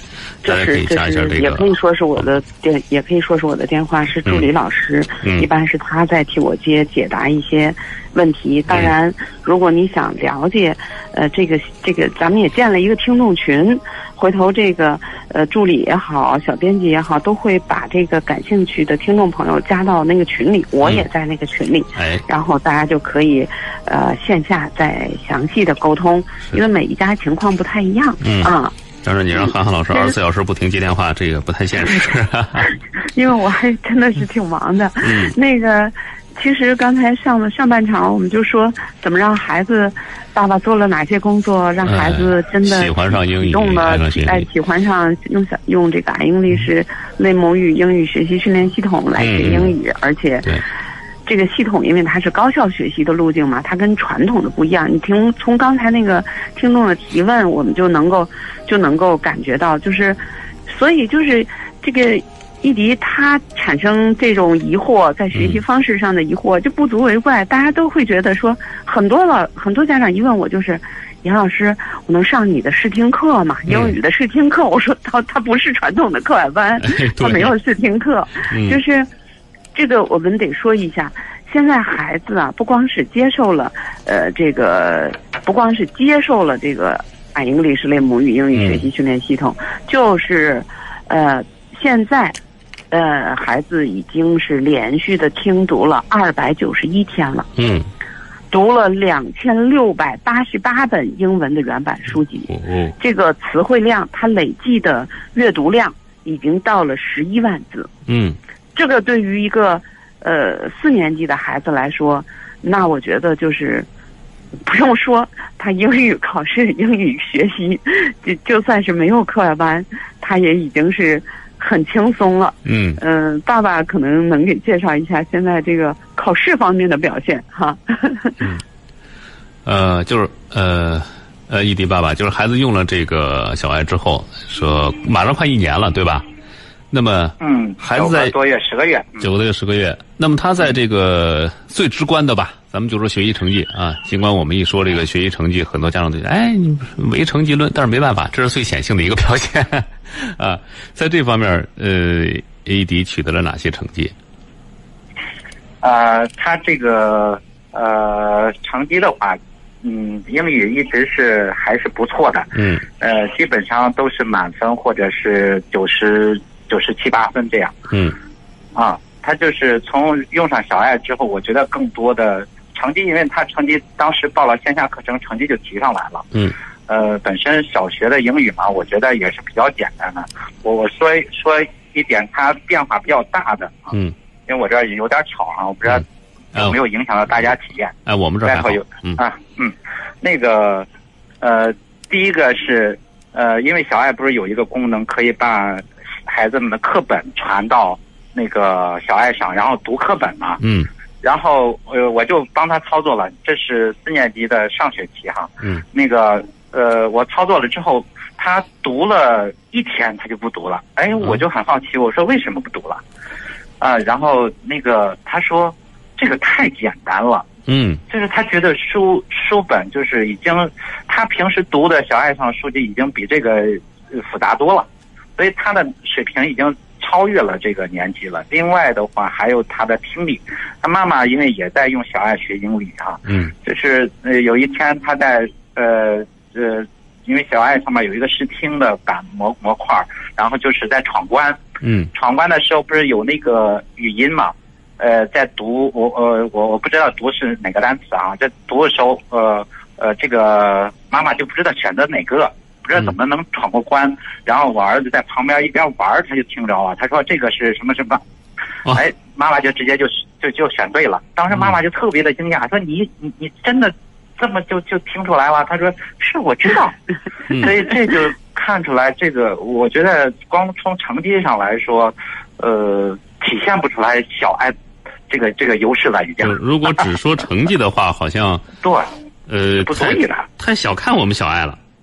大家可以加一下这个， 也可以说是我的电，也可以说是我的电话是助理老师， 嗯、 一般是他在替我接解答一些问题。当然，如果你想了解，呃，这个这个，咱们也建了一个听众群，回头这个呃助理也好，小编辑也好，都会把这个感兴趣的听众朋友加到那个群里，我也在那个群里， 嗯、哎， 然后大家就可以呃线下再详细的沟通，因为每一家情况不太一样， 嗯啊。 要是你让涵涵老师二十四小时不停接电话，这个不太现实。 因为我还真的是挺忙的。 嗯， 那个，其实刚才上了上半场，我们就说怎么让孩子，爸爸做了哪些工作，让孩子真的喜欢上英语， 用了哎，喜欢上用用这个爱英力士类母语英语学习训练系统来学英语， 嗯、 而且。 对。 这个系统因为它是高效学习的路径嘛，它跟传统的不一样。你听从刚才那个听众的提问，我们就能够就能够感觉到，就是所以就是这个一迪他产生这种疑惑，在学习方式上的疑惑，就不足为怪。大家都会觉得说，很多了很多家长一问我就是，杨老师，我能上你的试听课吗？英语的试听课？我说他他不是传统的课外班，他没有试听课，就是。这个我们得说一下，现在孩子啊，不光是接受了，呃，这个不光是接受了这个爱英力士类母语英语学习训练系统，嗯、就是，呃，现在，呃，孩子已经是连续的听读了二百九十一天了， 嗯， 读了两千六百八十八本英文的原版书籍， 嗯， 这个词汇量，它累计的阅读量已经到了十一万字， 嗯。 这个对于一个呃四年级的孩子来说，那我觉得就是不用说，他英语考试、英语学习，就就算是没有课外班，他也已经是很轻松了。 嗯嗯、呃，爸爸可能能给介绍一下现在这个考试方面的表现哈。 嗯，呃，就是呃呃，一迪爸爸，就是孩子用了这个小爱之后，说马上快一年了，对吧？那么， 嗯， 孩子在九个多月、十个月， 九个多月、十个月。那么他在这个最直观的吧，咱们就说学习成绩啊。尽管我们一说这个学习成绩，很多家长都觉得，哎，你唯成绩论，但是没办法，这是最显性的一个表现啊。在这方面，呃 ，A D 取得了哪些成绩？ 呃，他这个呃成绩的话，嗯，英语一直是还是不错的， 嗯， 呃，基本上都是满分或者是九十。九十七八分这样， 嗯， 啊，他就是从用上小爱之后，我觉得更多的成绩，因为他成绩当时报了线下课程，成绩就提上来了， 嗯， 呃，本身小学的英语嘛，我觉得也是比较简单的。我我说说一点，它变化比较大的， 嗯， 因为我这儿有点吵啊，我不知道有没有影响到大家体验。 哎，我们这儿还好有， 嗯啊，嗯，那个，呃，第一个是呃，因为小爱不是有一个功能可以把孩子们的课本传到那个小爱上，然后读课本嘛。 嗯。 然后呃，我就帮他操作了，这是四年级的上学期哈。 嗯。 那个呃，我操作了之后，他读了一天，他就不读了。哎，我就很好奇，我说为什么不读了？啊、呃，然后那个他说这个太简单了。 嗯。 就是他觉得书书本就是已经，他平时读的小爱上书籍已经比这个复杂多了。所以他的水平已经超越了这个年级了。另外的话，还有他的听力，他妈妈因为也在用小爱学英语哈、啊， 嗯， 就是呃有一天他在呃呃，因为小爱上面有一个试听的板模模块，然后就是在闯关， 嗯， 闯关的时候不是有那个语音嘛，呃，在读我呃我我不知道读是哪个单词啊，在读的时候呃呃这个妈妈就不知道选择哪个。不知道怎么能闯过关，嗯、然后我儿子在旁边一边玩，他就听着了。他说这个是什么什么， 哦、 哎，妈妈就直接就就就选对了。当时妈妈就特别的惊讶，说你你你真的这么就就听出来了？他说是，我知道。 嗯、 所以这就看出来，这个我觉得光从成绩上来说，呃，体现不出来小爱这个这个优势了已经。 如果只说成绩的话，好像对， 呃不足以的， 太小看我们小爱了。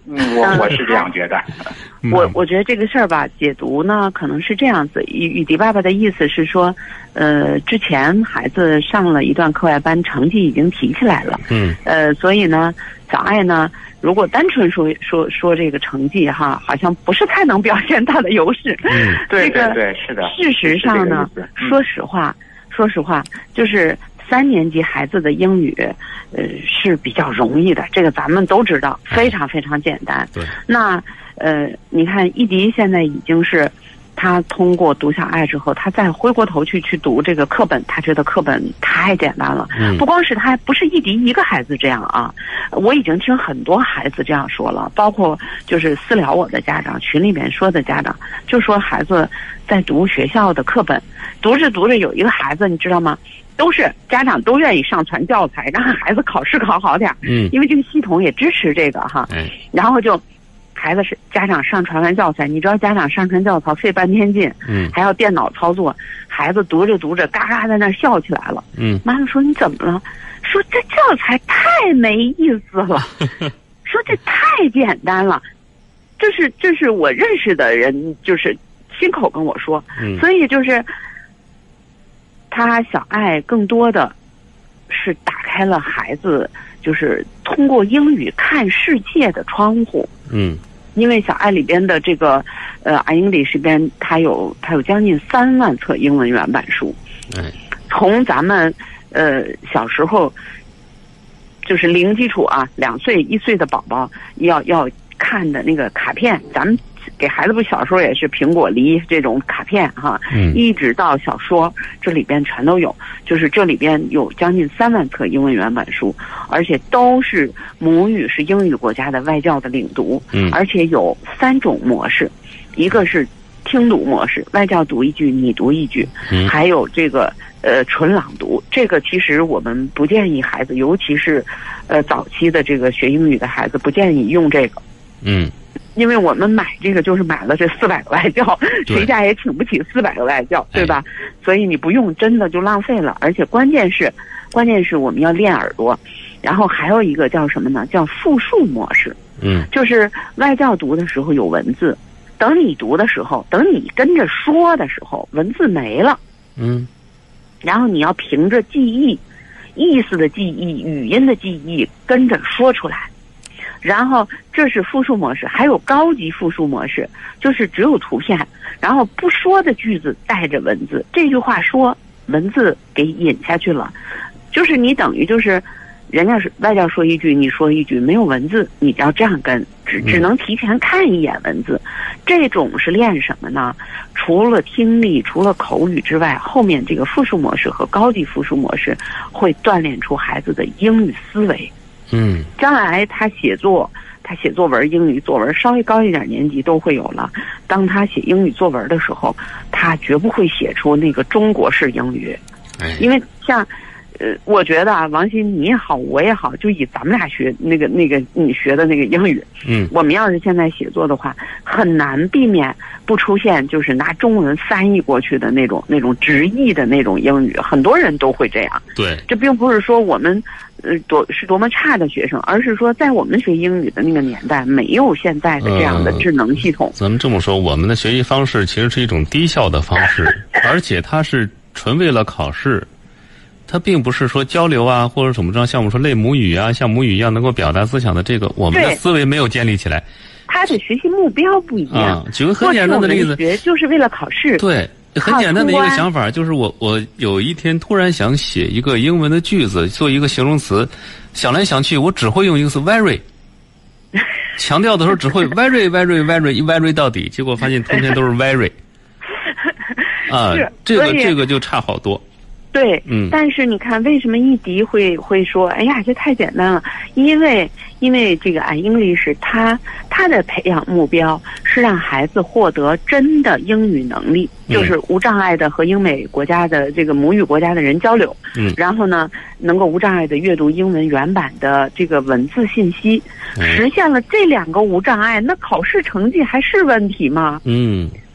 嗯，我我是这样觉得。 我我觉得这个事儿吧，解读呢可能是这样子。雨雨迪爸爸的意思是说，呃，之前孩子上了一段课外班，成绩已经提起来了， 嗯， 呃，所以呢，小爱呢，如果单纯说说说这个成绩哈，好像不是太能表现他的优势。 嗯， 对这个对对，是的。 事实上呢， 嗯、 说实话，说实话，就是三年级孩子的英语，呃，是比较容易的，这个咱们都知道，非常非常简单。 对， 那。呃，你看，一迪现在已经是，他通过读小爱之后，他再回过头去去读这个课本，他觉得课本太简单了。 嗯， 不光是他，不是一迪一个孩子这样啊，我已经听很多孩子这样说了，包括就是私聊我的家长，群里面说的家长，就说孩子在读学校的课本，读着读着有一个孩子，你知道吗？都是家长都愿意上传教材，让孩子考试考好点。 嗯， 因为这个系统也支持这个哈。 哎， 然后就。孩子是家长上传完教材，你知道家长上传教材费半天劲， 嗯，还要电脑操作，孩子读着读着嘎嘎在那笑起来了， 嗯， 妈妈说你怎么了？说这教材太没意思了，说这太简单了，这是这是我认识的人就是亲口跟我说， 嗯， 所以就是他小爱更多的是打开了孩子就是通过英语看世界的窗户， 嗯。 因为小爱里边的这个，呃，iEnglish 边它有它有将近三万册英文原版书， 哎， 从咱们呃小时候，就是零基础啊，两岁一岁的宝宝要要看的那个卡片，咱们给孩子不小时候也是苹果梨这种卡片哈， 嗯， 一直到小说，这里边全都有，就是这里边有将近三万册英文原版书，而且都是母语是英语国家的外教的领读， 嗯， 而且有三种模式，一个是听读模式，外教读一句你读一句， 嗯， 还有这个呃纯朗读，这个其实我们不建议孩子，尤其是呃早期的这个学英语的孩子，不建议用这个， 嗯。 因为我们买这个就是买了这四百个外教，谁家也请不起四百个外教，对吧？所以你不用真的就浪费了。而且关键是，关键是我们要练耳朵，然后还有一个叫什么呢？叫复述模式。 嗯， 就是外教读的时候有文字，等你读的时候，等你跟着说的时候，文字没了。 嗯， 然后你要凭着记忆、意思的记忆、语音的记忆跟着说出来。然后这是复述模式，还有高级复述模式，就是只有图片，然后不说的句子带着文字，这句话说文字给引下去了，就是你等于就是人家是外教说一句你说一句，没有文字，你要这样跟，只只能提前看一眼文字。这种是练什么呢？除了听力除了口语之外，后面这个复述模式和高级复述模式会锻炼出孩子的英语思维。 嗯， 将来他写作，他写作文，英语作文稍微高一点年级都会有了。当他写英语作文的时候，他绝不会写出那个中国式英语，因为像，呃，我觉得啊，王鑫你也好，我也好，就以咱们俩学那个那个你学的那个英语， 嗯， 我们要是现在写作的话，很难避免不出现就是拿中文翻译过去的那种那种直译的那种英语，很多人都会这样。 对， 这并不是说我们。呃，多是多么差的学生，而是说在我们学英语的那个年代，没有现在的这样的智能系统。 呃、咱们这么说，我们的学习方式其实是一种低效的方式，而且它是纯为了考试，它并不是说交流啊，或者怎么着，像我们说类母语啊，像母语一样能够表达思想的这个，我们的思维没有建立起来。 他的学习目标不一样。 啊，举个很简单的例子， 学就是为了考试。 对。很简单的一个想法，就是我我有一天突然想写一个英文的句子，做一个形容词，想来想去，我只会用一个词 very， 强调的时候只会 very very very very 到底，结果发现通篇都是 very， 啊，这个这个就差好多。 对， 嗯， 但是你看，为什么一迪会会说，哎呀，这太简单了？因为因为这个iEnglish，它它的培养目标是让孩子获得真的英语能力， 嗯、 就是无障碍的和英美国家的这个母语国家的人交流， 嗯， 然后呢，能够无障碍的阅读英文原版的这个文字信息， 嗯、 实现了这两个无障碍，那考试成绩还是问题吗？ 嗯。 所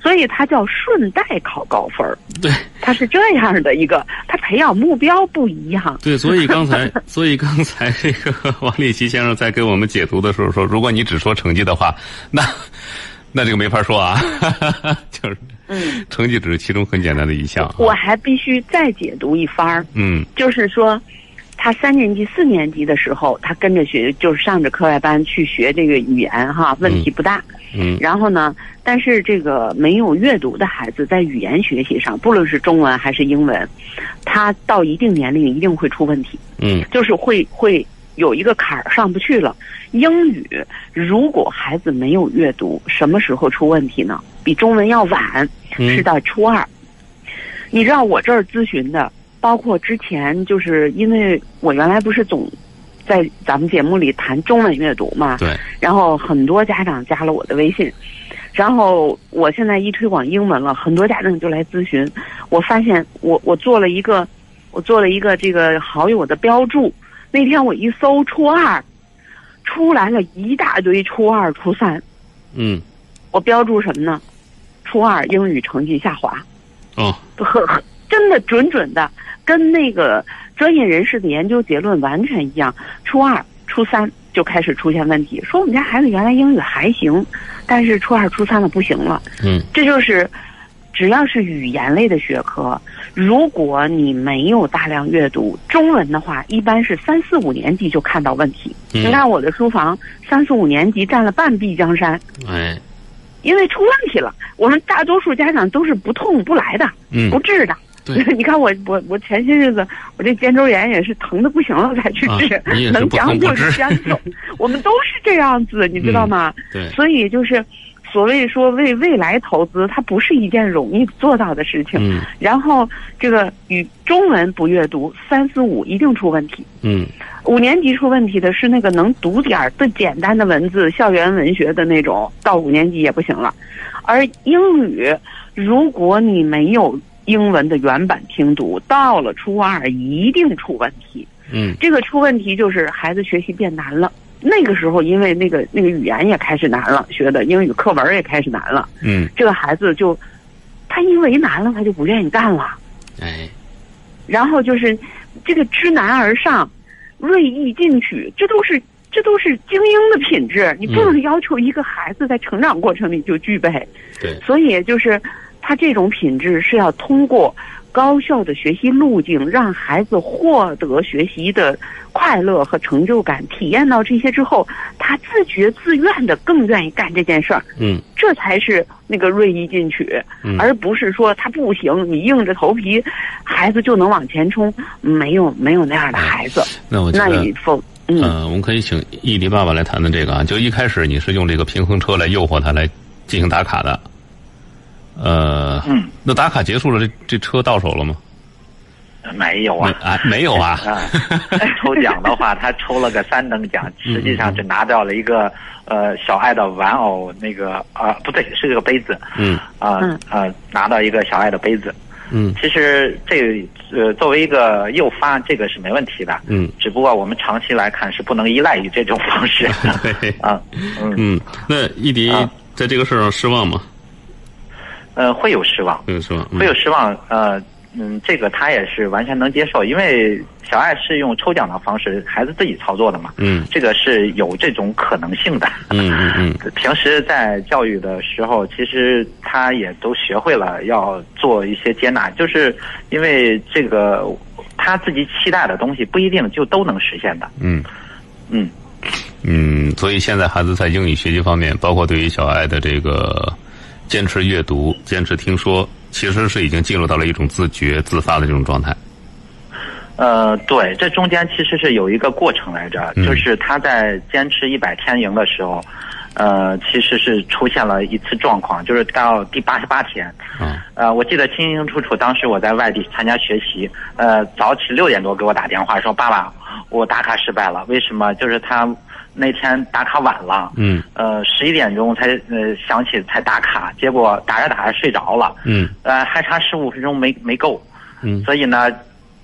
所以它叫顺带考高分。 对， 它是这样的一个，它培养目标不一样。 对，所以刚才，所以刚才这个王立奇先生在给我们解读的时候说，如果你只说成绩的话，那那这个没法说啊，就是，嗯，成绩只是其中很简单的一项。 我还必须再解读一番儿， 嗯， 就是说。他三年级、四年级的时候，他跟着学，就是上着课外班去学这个语言，哈，问题不大。 嗯。 然后呢，但是这个没有阅读的孩子，在语言学习上，不论是中文还是英文，他到一定年龄一定会出问题。 嗯。就是会会有一个坎儿上不去了。英语如果孩子没有阅读，什么时候出问题呢？比中文要晚，是到初二。嗯、你知道我这儿咨询的。包括之前就是因为我原来不是总在咱们节目里谈中文阅读嘛， 对， 然后很多家长加了我的微信，然后我现在一推广英文了，很多家长就来咨询。我发现我我做了一个我做了一个这个好友的标注，那天我一搜初二，出来了一大堆初二、初三。 嗯， 我标注什么呢？初二英语成绩下滑。 哦， 很很真的准准的。跟那个专业人士的研究结论完全一样，初二、初三就开始出现问题。说我们家孩子原来英语还行，但是初二、初三了不行了。 嗯，这就是只要是语言类的学科，如果你没有大量阅读，中文的话，一般是三四五年级就看到问题。 嗯、 你看我的书房，三四五年级占了半壁江山。 哎， 因为出问题了，我们大多数家长都是不痛不来的， 嗯， 不治的。你看我我我前些日子我这肩周炎也是疼的不行了才去治， 啊、 能将就将就，我们都是这样子，你知道吗？ 嗯、对， 所以就是所谓说为未来投资，它不是一件容易做到的事情。 嗯， 然后这个语中文不阅读，三四五一定出问题。 嗯， 五年级出问题的是那个能读点儿最简单的文字，校园文学的那种，到五年级也不行了。而英语，如果你没有英文的原版听读，到了初二一定出问题。 嗯， 这个出问题就是孩子学习变难了。那个时候，因为那个那个语言也开始难了，学的英语课文也开始难了。 嗯， 这个孩子就他因为难了，他就不愿意干了。 哎， 然后就是这个知难而上，锐意进取，这都是这都是精英的品质。你不能要求一个孩子在成长过程里就具备。 对， 所以就是他这种品质是要通过高效的学习路径，让孩子获得学习的快乐和成就感，体验到这些之后，他自觉自愿的更愿意干这件事儿。 嗯， 这才是那个锐意进取， 嗯、 而不是说他不行，你硬着头皮，孩子就能往前冲。没有没有那样的孩子。 哎、那我觉得， 那你否？嗯、 呃，我们可以请易迪爸爸来谈谈这个啊。就一开始你是用这个平衡车来诱惑他来进行打卡的。呃， 嗯， 那打卡结束了，这这车到手了吗？ 没有啊， 啊，没有啊。 啊，抽奖的话，他抽了个三等奖，实际上只拿到了一个呃小爱的玩偶，那个啊、呃、不对，是个杯子。 嗯啊啊、呃呃，拿到一个小爱的杯子。 嗯， 其实这个呃作为一个诱发，这个是没问题的。 嗯， 只不过我们长期来看是不能依赖于这种方式。 对啊，嗯嗯，那易迪在这个事上失望吗？ 呃，会有失望， 会有失望， 会有失望。呃，嗯，这个他也是完全能接受，因为小爱是用抽奖的方式，孩子自己操作的嘛。 嗯， 这个是有这种可能性的。 嗯嗯嗯。 平时在教育的时候，其实他也都学会了要做一些接纳，就是因为这个他自己期待的东西不一定就都能实现的。 嗯嗯嗯，所以现在孩子在英语学习方面，包括对于小爱的这个坚持阅读、坚持听说，其实是已经进入到了一种自觉、自发的这种状态。 呃，对，这中间其实是有一个过程来着， 嗯、 就是他在坚持一百天营的时候，呃，其实是出现了一次状况，就是到第八十八天， 嗯、 呃，我记得清清楚楚，当时我在外地参加学习，呃，早起六点多给我打电话说，爸爸，我打卡失败了，为什么？就是他那天打卡晚了， 嗯， 呃，十一点钟才呃想起才打卡，结果打着打着睡着了， 嗯， 呃，还差十五分钟没没够， 嗯， 所以呢。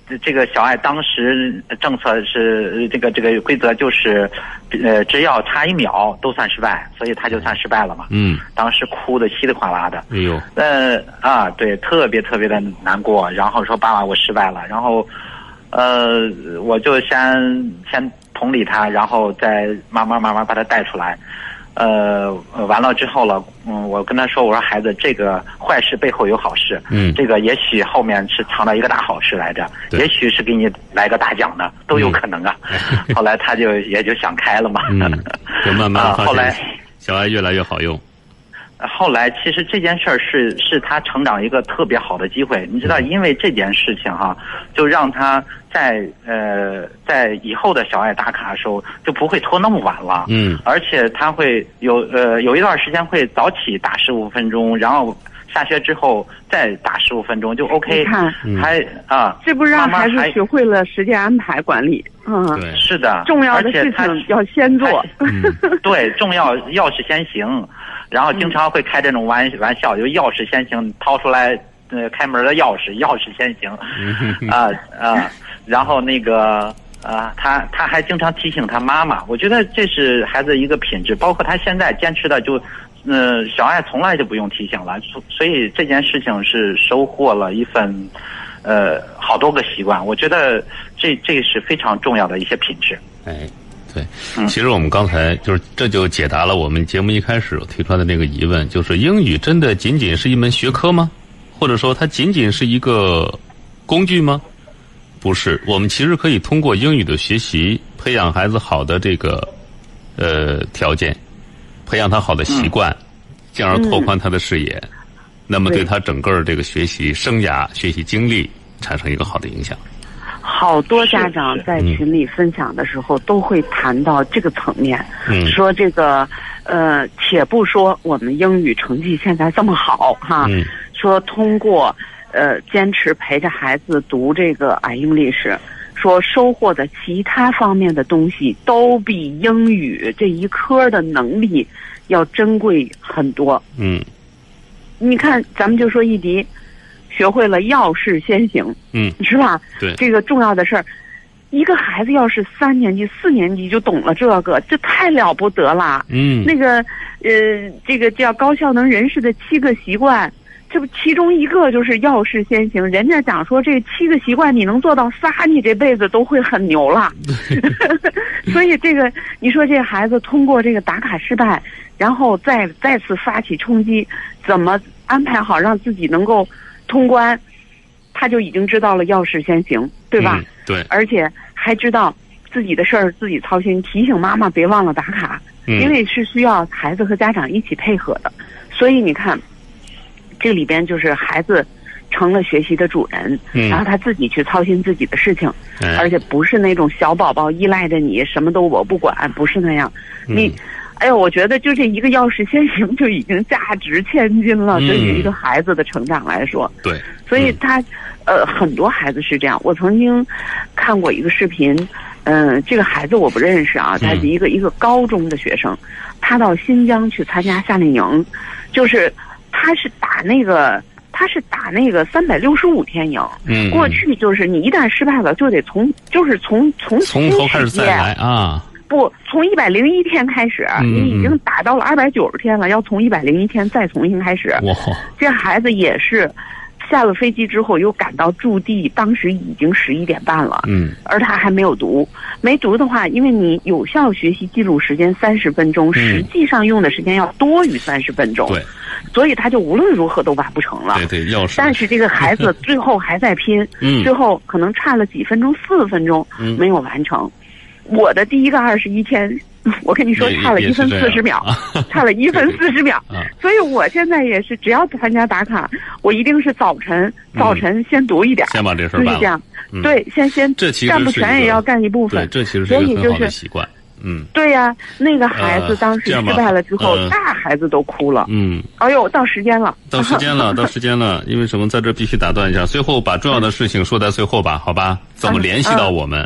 这个小爱当时政策是这个这个规则就是，呃，只要差一秒都算失败，所以他就算失败了嘛。 嗯， 当时哭得稀里哗啦的。 哎呦， 呃啊，对，特别特别的难过。然后说爸爸，我失败了。然后，呃，我就先先同理他，然后再慢慢慢慢把他带出来。呃，完了之后了，嗯，我跟他说，我说孩子，这个坏事背后有好事， 嗯， 这个也许后面是藏了一个大好事来着，也许是给你来个大奖的，都有可能啊。嗯、后来他就也就想开了嘛， 嗯，就慢慢发现、 啊、后来小爱越来越好用。 后来其实这件事儿是是他成长一个特别好的机会，你知道，因为这件事情哈，就让他在呃在以后的小爱打卡的时候就不会拖那么晚了， 嗯， 而且他会有呃有一段时间会早起打十五分钟，然后下学之后再打十五分钟就 OK。 你看， 还啊， 这不让孩子学会了时间安排管理。嗯， 对， 是的， 重要的事情要先做。 嗯，对，重要要事先行。然后经常会开这种玩玩笑，就钥匙先行，掏出来呃开门的钥匙，钥匙先行，啊啊，然后那个啊，他他还经常提醒他妈妈，我觉得这是孩子一个品质，包括他现在坚持的就，呃，小爱从来就不用提醒了，所以这件事情是收获了一份呃好多个习惯，我觉得这这是非常重要的一些品质。 哎。对，其实我们刚才就是这就解答了我们节目一开始提出来的那个疑问，就是英语真的仅仅是一门学科吗？或者说它仅仅是一个工具吗？不是，我们其实可以通过英语的学习，培养孩子好的这个呃条件，培养他好的习惯，进而拓宽他的视野，嗯、那么对他整个这个学习生涯、学习经历产生一个好的影响。 好多家长在群里分享的时候都会谈到这个层面，嗯、说这个呃，且不说我们英语成绩现在这么好哈，嗯、说通过呃坚持陪着孩子读这个啊英历史，说收获的其他方面的东西都比英语这一科的能力要珍贵很多。嗯，你看咱们就说一迪。学会了要事先行，嗯，是吧？ 对， 这个重要的事儿，一个孩子要是三年级、四年级就懂了这个，这太了不得了。嗯，那个，呃，这个叫高效能人士的七个习惯，这不其中一个就是要事先行。人家讲说这七个习惯你能做到仨，你这辈子都会很牛了。所以这个，你说这孩子通过这个打卡失败，然后再再次发起冲击，怎么安排好让自己能够通关，他就已经知道了要事先行，对吧？ 嗯、对， 而且还知道自己的事儿自己操心，提醒妈妈别忘了打卡，嗯、因为是需要孩子和家长一起配合的。所以你看，这里边就是孩子成了学习的主人，嗯、然后他自己去操心自己的事情，嗯、而且不是那种小宝宝依赖着你，什么都我不管，不是那样。嗯、你。哎呦，我觉得就这一个要事先行就已经价值千金了，对于一个孩子的成长来说。 对， 所以他，呃，很多孩子是这样。我曾经看过一个视频，嗯、呃，这个孩子我不认识啊，他是一个、嗯、一个高中的学生，他到新疆去参加夏令营，就是他是打那个。他是打那个三百六十五天营，嗯，过去就是你一旦失败了，就得从就是从从从头开始再来啊。 不，从一百零一天开始，嗯、你已经打到了二百九十天了，要从一百零一天再重新开始。哇！这孩子也是下了飞机之后又赶到驻地，当时已经十一点半了，嗯，而他还没有读。没读的话，因为你有效学习记录时间三十分钟，嗯、实际上用的时间要多于三十分钟。对。所以他就无论如何都完不成了。 对对，要是。 但是这个孩子最后还在拼，嗯，最后可能差了几分钟，四分钟，嗯，没有完成。我的第一个二十一天，我跟你说差了一分四十秒，差了一分四十秒。啊、所以我现在也是，只要参加打卡，我一定是早晨，早晨先读一点， 先把这事儿办了。 就是这样，嗯、对，先先这其实干不全也要干一部分。 对，这其实是一个很好的习惯。嗯， 对呀、啊，那个孩子当时失败了之后，呃、大孩子都哭了。嗯，哎呦，到时间了， 到时间了，到时间了。因为什么，在这必须打断一下，最后把重要的事情说在最后吧，好吧？怎么联系到我们？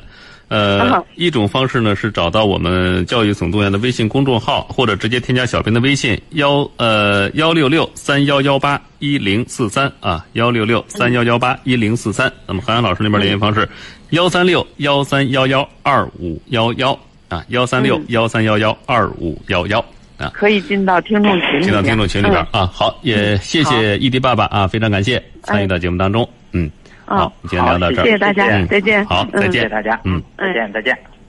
呃， 啊一种方式呢是找到我们教育总动员的微信公众号，或者直接添加小编的微信幺呃幺六六三幺幺八一零四三啊，幺六六三幺幺八一零四三。那么韩阳老师那边联系方式幺三六幺三幺幺二五幺幺啊，幺三六幺三幺幺二五幺幺啊， 可以进到听众群里面， 进到听众群里边、嗯、啊。好，也谢谢异地爸爸啊，非常感谢参与到节目当中。嗯，好，今天聊到这儿， 谢谢大家， 嗯、 再见。 好，再见， 谢谢大家， 嗯， 再见，再见。